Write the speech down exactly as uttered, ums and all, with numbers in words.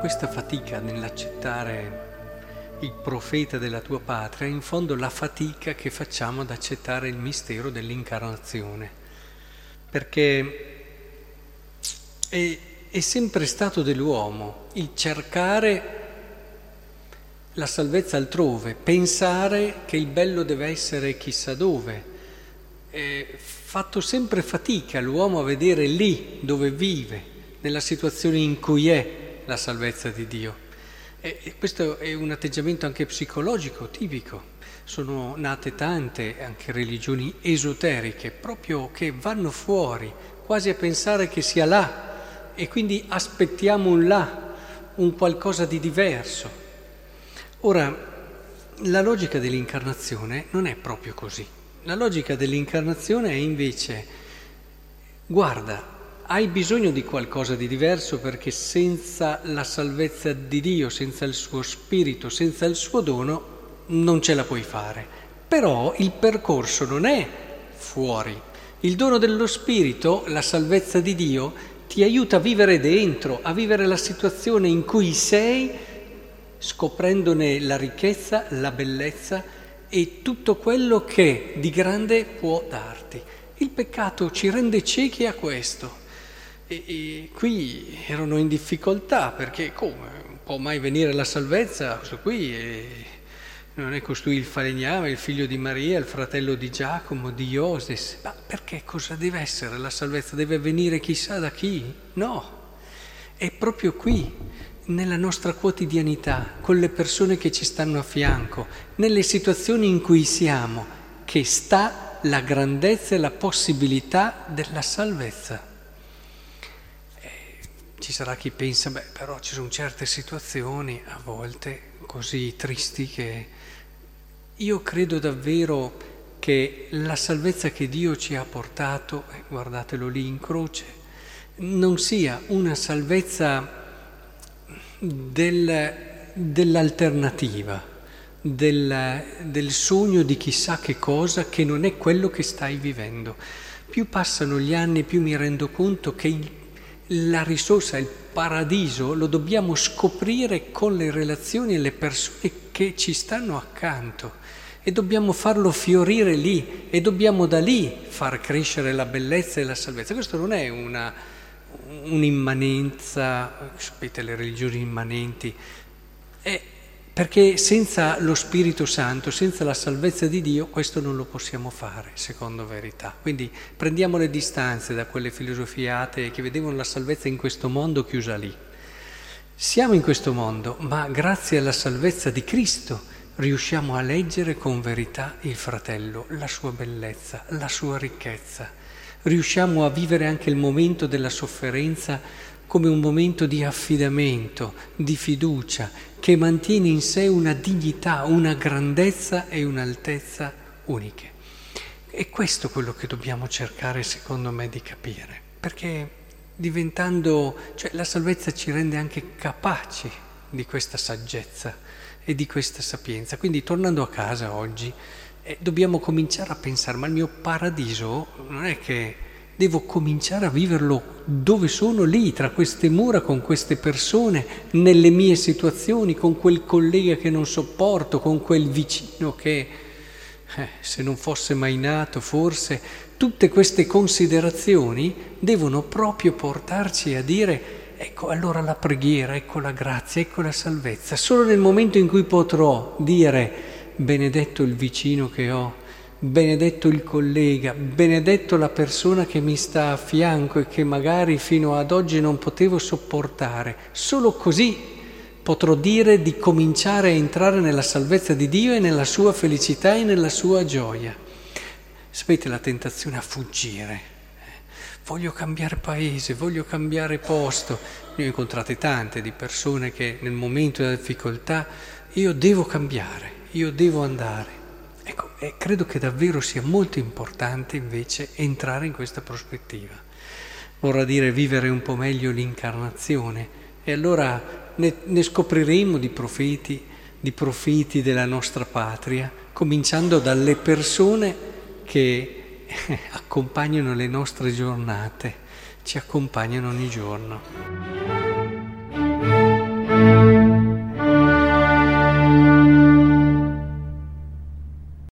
questa fatica nell'accettare il profeta della tua patria è in fondo la fatica che facciamo ad accettare il mistero dell'incarnazione, perché è, è sempre stato dell'uomo il cercare la salvezza altrove, pensare che il bello deve essere chissà dove. È fatto sempre fatica l'uomo a vedere lì dove vive, nella situazione in cui è la salvezza di Dio. E questo è un atteggiamento anche psicologico tipico. Sono nate tante anche religioni esoteriche, proprio che vanno fuori, quasi a pensare che sia là, e quindi aspettiamo un là, un qualcosa di diverso. Ora, la logica dell'incarnazione non è proprio così. La logica dell'incarnazione è invece, guarda, hai bisogno di qualcosa di diverso perché senza la salvezza di Dio, senza il suo spirito, senza il suo dono, non ce la puoi fare. Però il percorso non è fuori. Il dono dello spirito, la salvezza di Dio, ti aiuta a vivere dentro, a vivere la situazione in cui sei, scoprendone la ricchezza, la bellezza e tutto quello che di grande può darti. Il peccato ci rende ciechi a questo. E, e qui erano in difficoltà perché come può mai venire la salvezza? Questo qui è, non è costui il falegname, il figlio di Maria, il fratello di Giacomo, di Iose. Ma perché cosa deve essere la salvezza? Deve venire chissà da chi? No, è proprio qui, nella nostra quotidianità, con le persone che ci stanno a fianco, nelle situazioni in cui siamo, che sta la grandezza e la possibilità della salvezza. Ci sarà chi pensa, beh, però ci sono certe situazioni, a volte, così tristi che io credo davvero che la salvezza che Dio ci ha portato, eh, guardatelo lì in croce, non sia una salvezza del, dell'alternativa, del, del sogno di chissà che cosa che non è quello che stai vivendo. Più passano gli anni, più mi rendo conto che il La risorsa, il paradiso, lo dobbiamo scoprire con le relazioni e le persone che ci stanno accanto e dobbiamo farlo fiorire lì e dobbiamo da lì far crescere la bellezza e la salvezza. Questo non è una, un'immanenza, sapete le religioni immanenti, è perché senza lo Spirito Santo, senza la salvezza di Dio, questo non lo possiamo fare, secondo verità. Quindi prendiamo le distanze da quelle filosofie atee che vedevano la salvezza in questo mondo chiusa lì. Siamo in questo mondo, ma grazie alla salvezza di Cristo riusciamo a leggere con verità il fratello, la sua bellezza, la sua ricchezza. Riusciamo a vivere anche il momento della sofferenza come un momento di affidamento, di fiducia, che mantiene in sé una dignità, una grandezza e un'altezza uniche. E questo è quello che dobbiamo cercare, secondo me, di capire, perché diventando, cioè la salvezza ci rende anche capaci di questa saggezza e di questa sapienza. Quindi tornando a casa oggi, eh, dobbiamo cominciare a pensare, ma il mio paradiso non è che devo cominciare a viverlo dove sono, lì, tra queste mura, con queste persone, nelle mie situazioni, con quel collega che non sopporto, con quel vicino che, eh, se non fosse mai nato, forse. Tutte queste considerazioni devono proprio portarci a dire, ecco, allora la preghiera, ecco la grazia, ecco la salvezza. Solo nel momento in cui potrò dire, benedetto il vicino che ho, benedetto il collega, benedetto la persona che mi sta a fianco e che magari fino ad oggi non potevo sopportare. Solo così potrò dire di cominciare a entrare nella salvezza di Dio e nella sua felicità e nella sua gioia. Sapete la tentazione a fuggire. Voglio cambiare paese, voglio cambiare posto. Ne ho incontrate tante di persone che nel momento della difficoltà io devo cambiare, io devo andare. Ecco, e credo che davvero sia molto importante invece entrare in questa prospettiva. Vorrà dire vivere un po' meglio l'incarnazione e allora ne, ne scopriremo di profeti, di profeti della nostra patria, cominciando dalle persone che accompagnano le nostre giornate, ci accompagnano ogni giorno.